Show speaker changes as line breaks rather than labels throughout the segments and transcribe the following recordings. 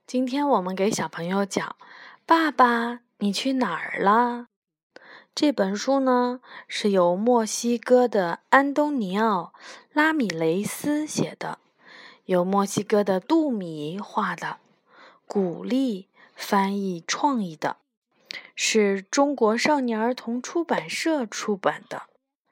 今天我们给小朋友讲《爸爸，你去哪儿了》这本书呢，是由墨西哥的安东尼奥·拉米雷斯写的，由墨西哥的杜米画的，古丽翻译创意的，是中国少年儿童出版社出版的。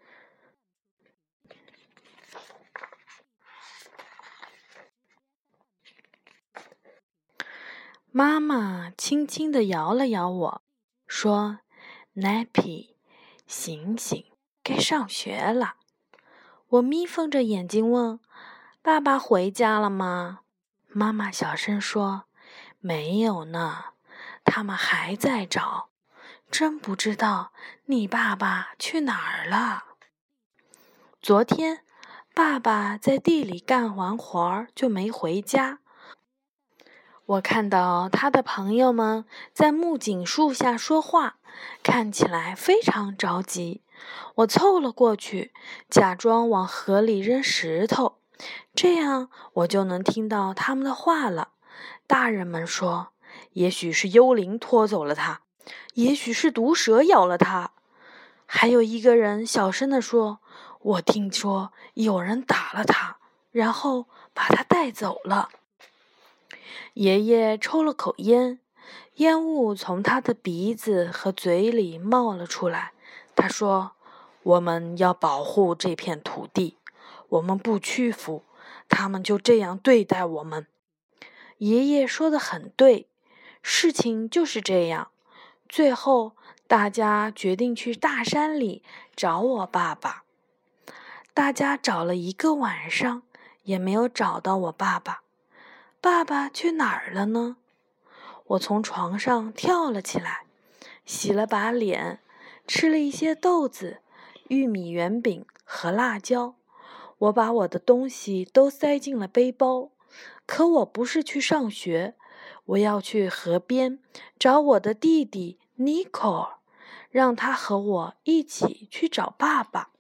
妈妈轻轻地摇了摇我，说 ：“Nappy， 醒醒，该上学了。”我眯缝着眼睛问：“爸爸回家了吗？”妈妈小声说：“没有呢，他们还在找，真不知道你爸爸去哪儿了。”昨天，爸爸在地里干完活儿就没回家。我看到他的朋友们在木槿树下说话，看起来非常着急。我凑了过去，假装往河里扔石头，这样我就能听到他们的话了。大人们说，也许是幽灵拖走了他，也许是毒蛇咬了他。还有一个人小声地说，我听说有人打了他，然后把他带走了。爷爷抽了口烟，烟雾从他的鼻子和嘴里冒了出来。他说：“我们要保护这片土地，我们不屈服，他们就这样对待我们。”爷爷说得很对，事情就是这样。最后，大家决定去大山里找我爸爸。大家找了一个晚上，也没有找到我爸爸。爸爸去哪儿了呢？我从床上跳了起来，洗了把脸，吃了一些豆子、玉米圆饼和辣椒。我把我的东西都塞进了背包，可我不是去上学，我要去河边找我的弟弟尼克，让他和我一起去找爸爸。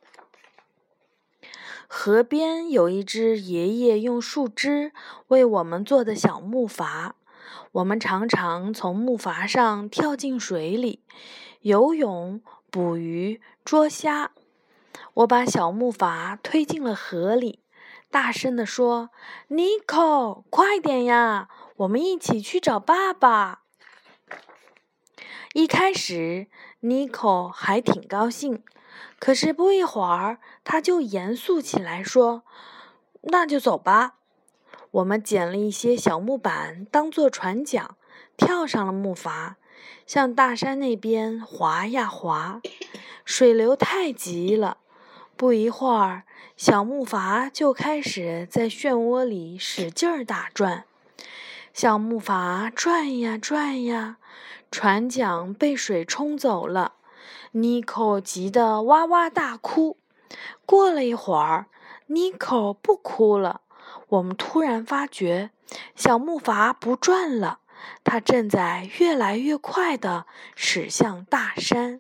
河边有一只爷爷用树枝为我们做的小木筏，我们常常从木筏上跳进水里，游泳、捕鱼、捉虾。我把小木筏推进了河里，大声地说：“尼克，快点呀，我们一起去找爸爸。”一开始，尼克还挺高兴。可是不一会儿，他就严肃起来，说：“那就走吧。”我们捡了一些小木板当做船桨，跳上了木筏，向大山那边划呀划。水流太急了，不一会儿，小木筏就开始在漩涡里使劲儿打转。小木筏转呀转呀，船桨被水冲走了。尼克急得哇哇大哭。过了一会儿，尼克不哭了。我们突然发觉，小木筏不转了，它正在越来越快地驶向大山。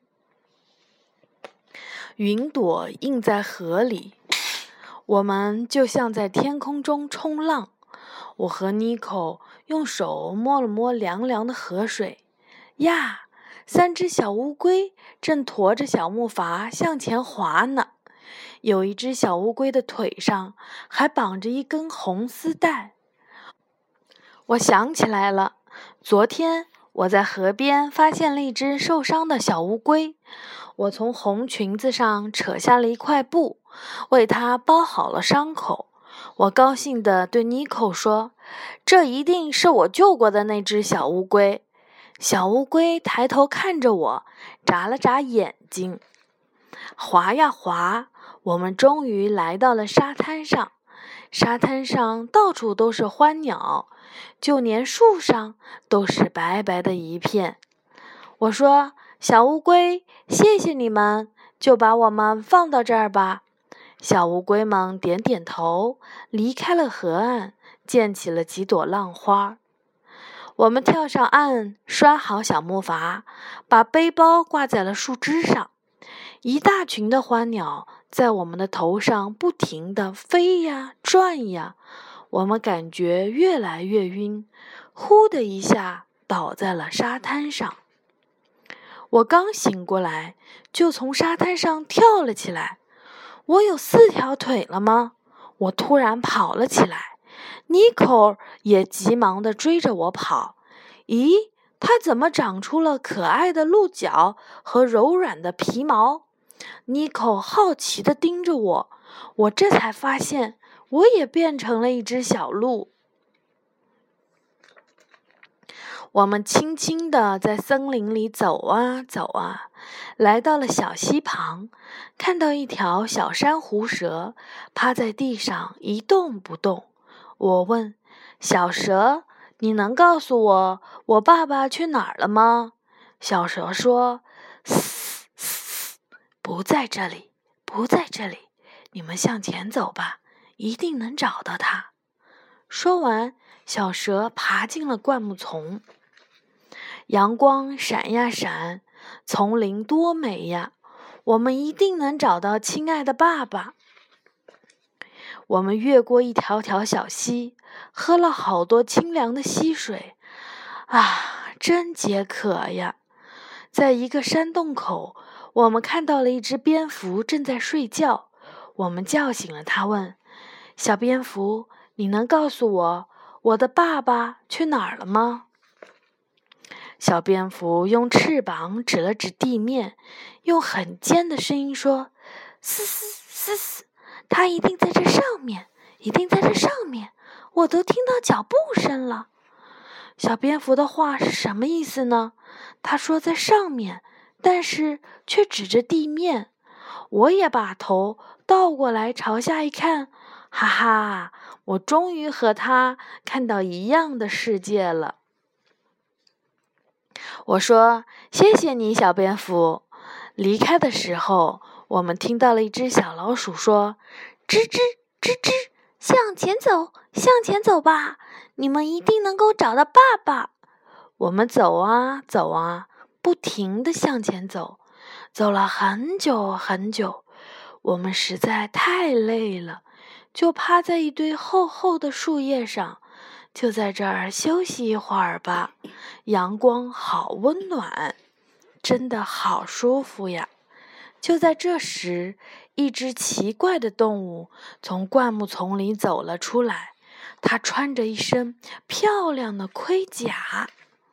云朵映在河里，我们就像在天空中冲浪。我和尼克用手摸了摸凉凉的河水，呀！3只小乌龟正驮着小木筏向前划呢，有一只小乌龟的腿上还绑着一根红丝带。我想起来了，昨天我在河边发现了一只受伤的小乌龟，我从红裙子上扯下了一块布，为它包好了伤口。我高兴地对尼克说：“这一定是我救过的那只小乌龟。”小乌龟抬头看着我，眨了眨眼睛。划呀划，我们终于来到了沙滩上。沙滩上到处都是欢鸟，就连树上都是白白的一片。我说：“小乌龟，谢谢你们，就把我们放到这儿吧。”小乌龟们点点头，离开了河岸，溅起了几朵浪花。我们跳上岸，拴好小木筏，把背包挂在了树枝上。一大群的花鸟在我们的头上不停地飞呀转呀，我们感觉越来越晕， 呼的一下倒在了沙滩上。我刚醒过来，就从沙滩上跳了起来。我有4条腿了吗？我突然跑了起来，妮可也急忙地追着我跑。咦，它怎么长出了可爱的鹿角和柔软的皮毛？妮可好奇地盯着我，我这才发现我也变成了一只小鹿。我们轻轻地在森林里走啊走啊，来到了小溪旁，看到一条小珊瑚蛇趴在地上一动不动。我问小蛇，你能告诉我爸爸去哪儿了吗？小蛇说，嘶嘶，不在这里，不在这里，你们向前走吧，一定能找到他。说完，小蛇爬进了灌木丛。阳光闪呀闪，丛林多美呀！我们一定能找到亲爱的爸爸。我们越过一条条小溪，喝了好多清凉的溪水，啊，真解渴呀！在一个山洞口，我们看到了一只蝙蝠正在睡觉。我们叫醒了它，问：小蝙蝠，你能告诉我的爸爸去哪儿了吗？小蝙蝠用翅膀指了指地面，用很尖的声音说：嘶嘶嘶嘶，它一定在这上面，一定在这上面，我都听到脚步声了。小蝙蝠的话是什么意思呢？他说在上面，但是却指着地面。我也把头倒过来朝下一看，哈哈，我终于和他看到一样的世界了。我说，谢谢你，小蝙蝠。离开的时候，我们听到了一只小老鼠说，吱吱吱吱，向前走，向前走吧，你们一定能够找到爸爸。我们走啊走啊，不停地向前走，走了很久很久，我们实在太累了，就趴在一堆厚厚的树叶上，就在这儿休息一会儿吧。阳光好温暖，真的好舒服呀！就在这时，一只奇怪的动物从灌木丛里走了出来，它穿着一身漂亮的盔甲。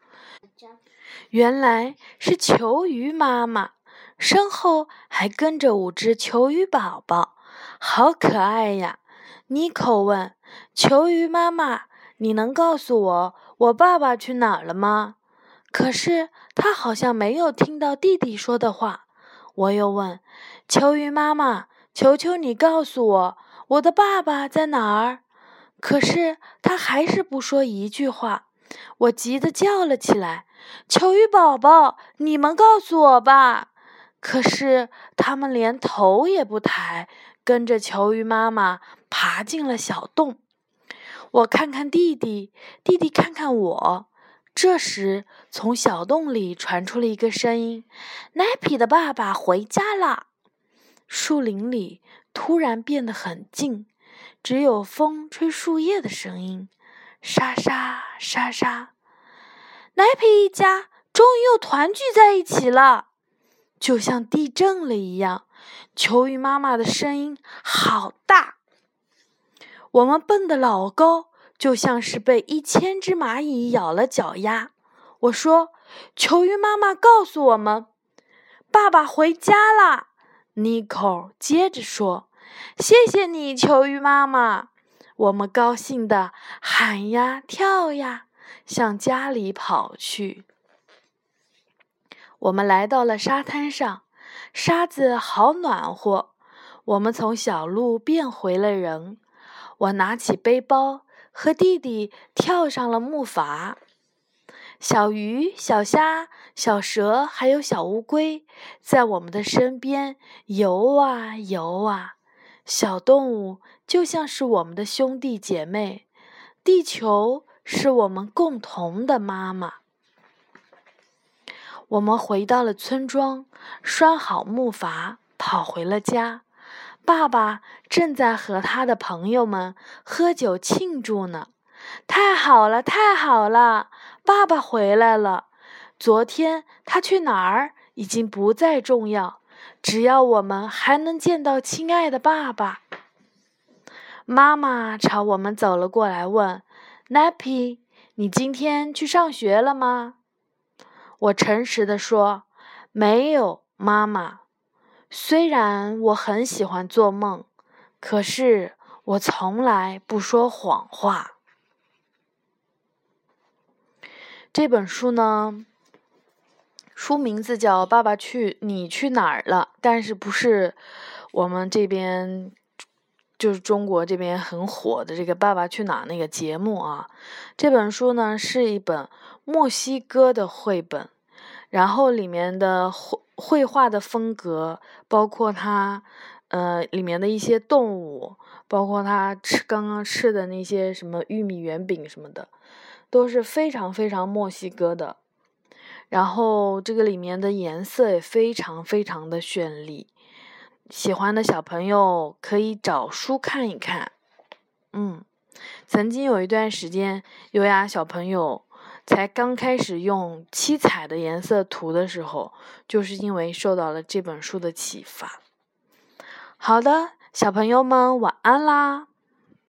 原来是球鱼妈妈，身后还跟着5只球鱼宝宝，好可爱呀！妮可问球鱼妈妈，你能告诉我爸爸去哪儿了吗？可是他好像没有听到弟弟说的话。我又问球鱼妈妈，求求你告诉我的爸爸在哪儿？可是他还是不说一句话。我急得叫了起来，球鱼宝宝，你们告诉我吧！可是他们连头也不抬，跟着球鱼妈妈爬进了小洞。我看看弟弟，弟弟看看我。这时，从小洞里传出了一个声音：奈皮的爸爸回家了。树林里突然变得很静，只有风吹树叶的声音，沙沙沙沙。奈皮一家终于又团聚在一起了，就像地震了一样。球鱼妈妈的声音好大，我们蹦得老高，就像是被1000只蚂蚁咬了脚丫。我说，球鱼妈妈告诉我们，爸爸回家啦。妮可接着说，谢谢你，球鱼妈妈。我们高兴地喊呀跳呀，向家里跑去。我们来到了沙滩上，沙子好暖和，我们从小鹿变回了人。我拿起背包，和弟弟跳上了木筏。小鱼、小虾、小蛇还有小乌龟在我们的身边游啊游啊。小动物就像是我们的兄弟姐妹，地球是我们共同的妈妈。我们回到了村庄，拴好木筏，跑回了家。爸爸正在和他的朋友们喝酒庆祝呢。 太好了，太好了！爸爸回来了。昨天他去哪儿已经不再重要，只要我们还能见到亲爱的爸爸。妈妈朝我们走了过来，问 Nappy， 你今天去上学了吗？我诚实地说，没有，妈妈。虽然我很喜欢做梦，可是我从来不说谎话。这本书呢，书名字叫《爸爸你去哪儿了》，但是不是我们这边就是中国这边很火的这个《爸爸去哪儿》那个节目啊。这本书呢是一本墨西哥的绘本，然后里面的绘画的风格，包括它里面的一些动物，包括它刚刚吃的那些什么玉米圆饼什么的，都是非常非常墨西哥的。然后这个里面的颜色也非常非常的绚丽，喜欢的小朋友可以找书看一看。曾经有一段时间，优雅小朋友才刚开始用七彩的颜色涂的时候，就是因为受到了这本书的启发。好的，小朋友们晚安啦。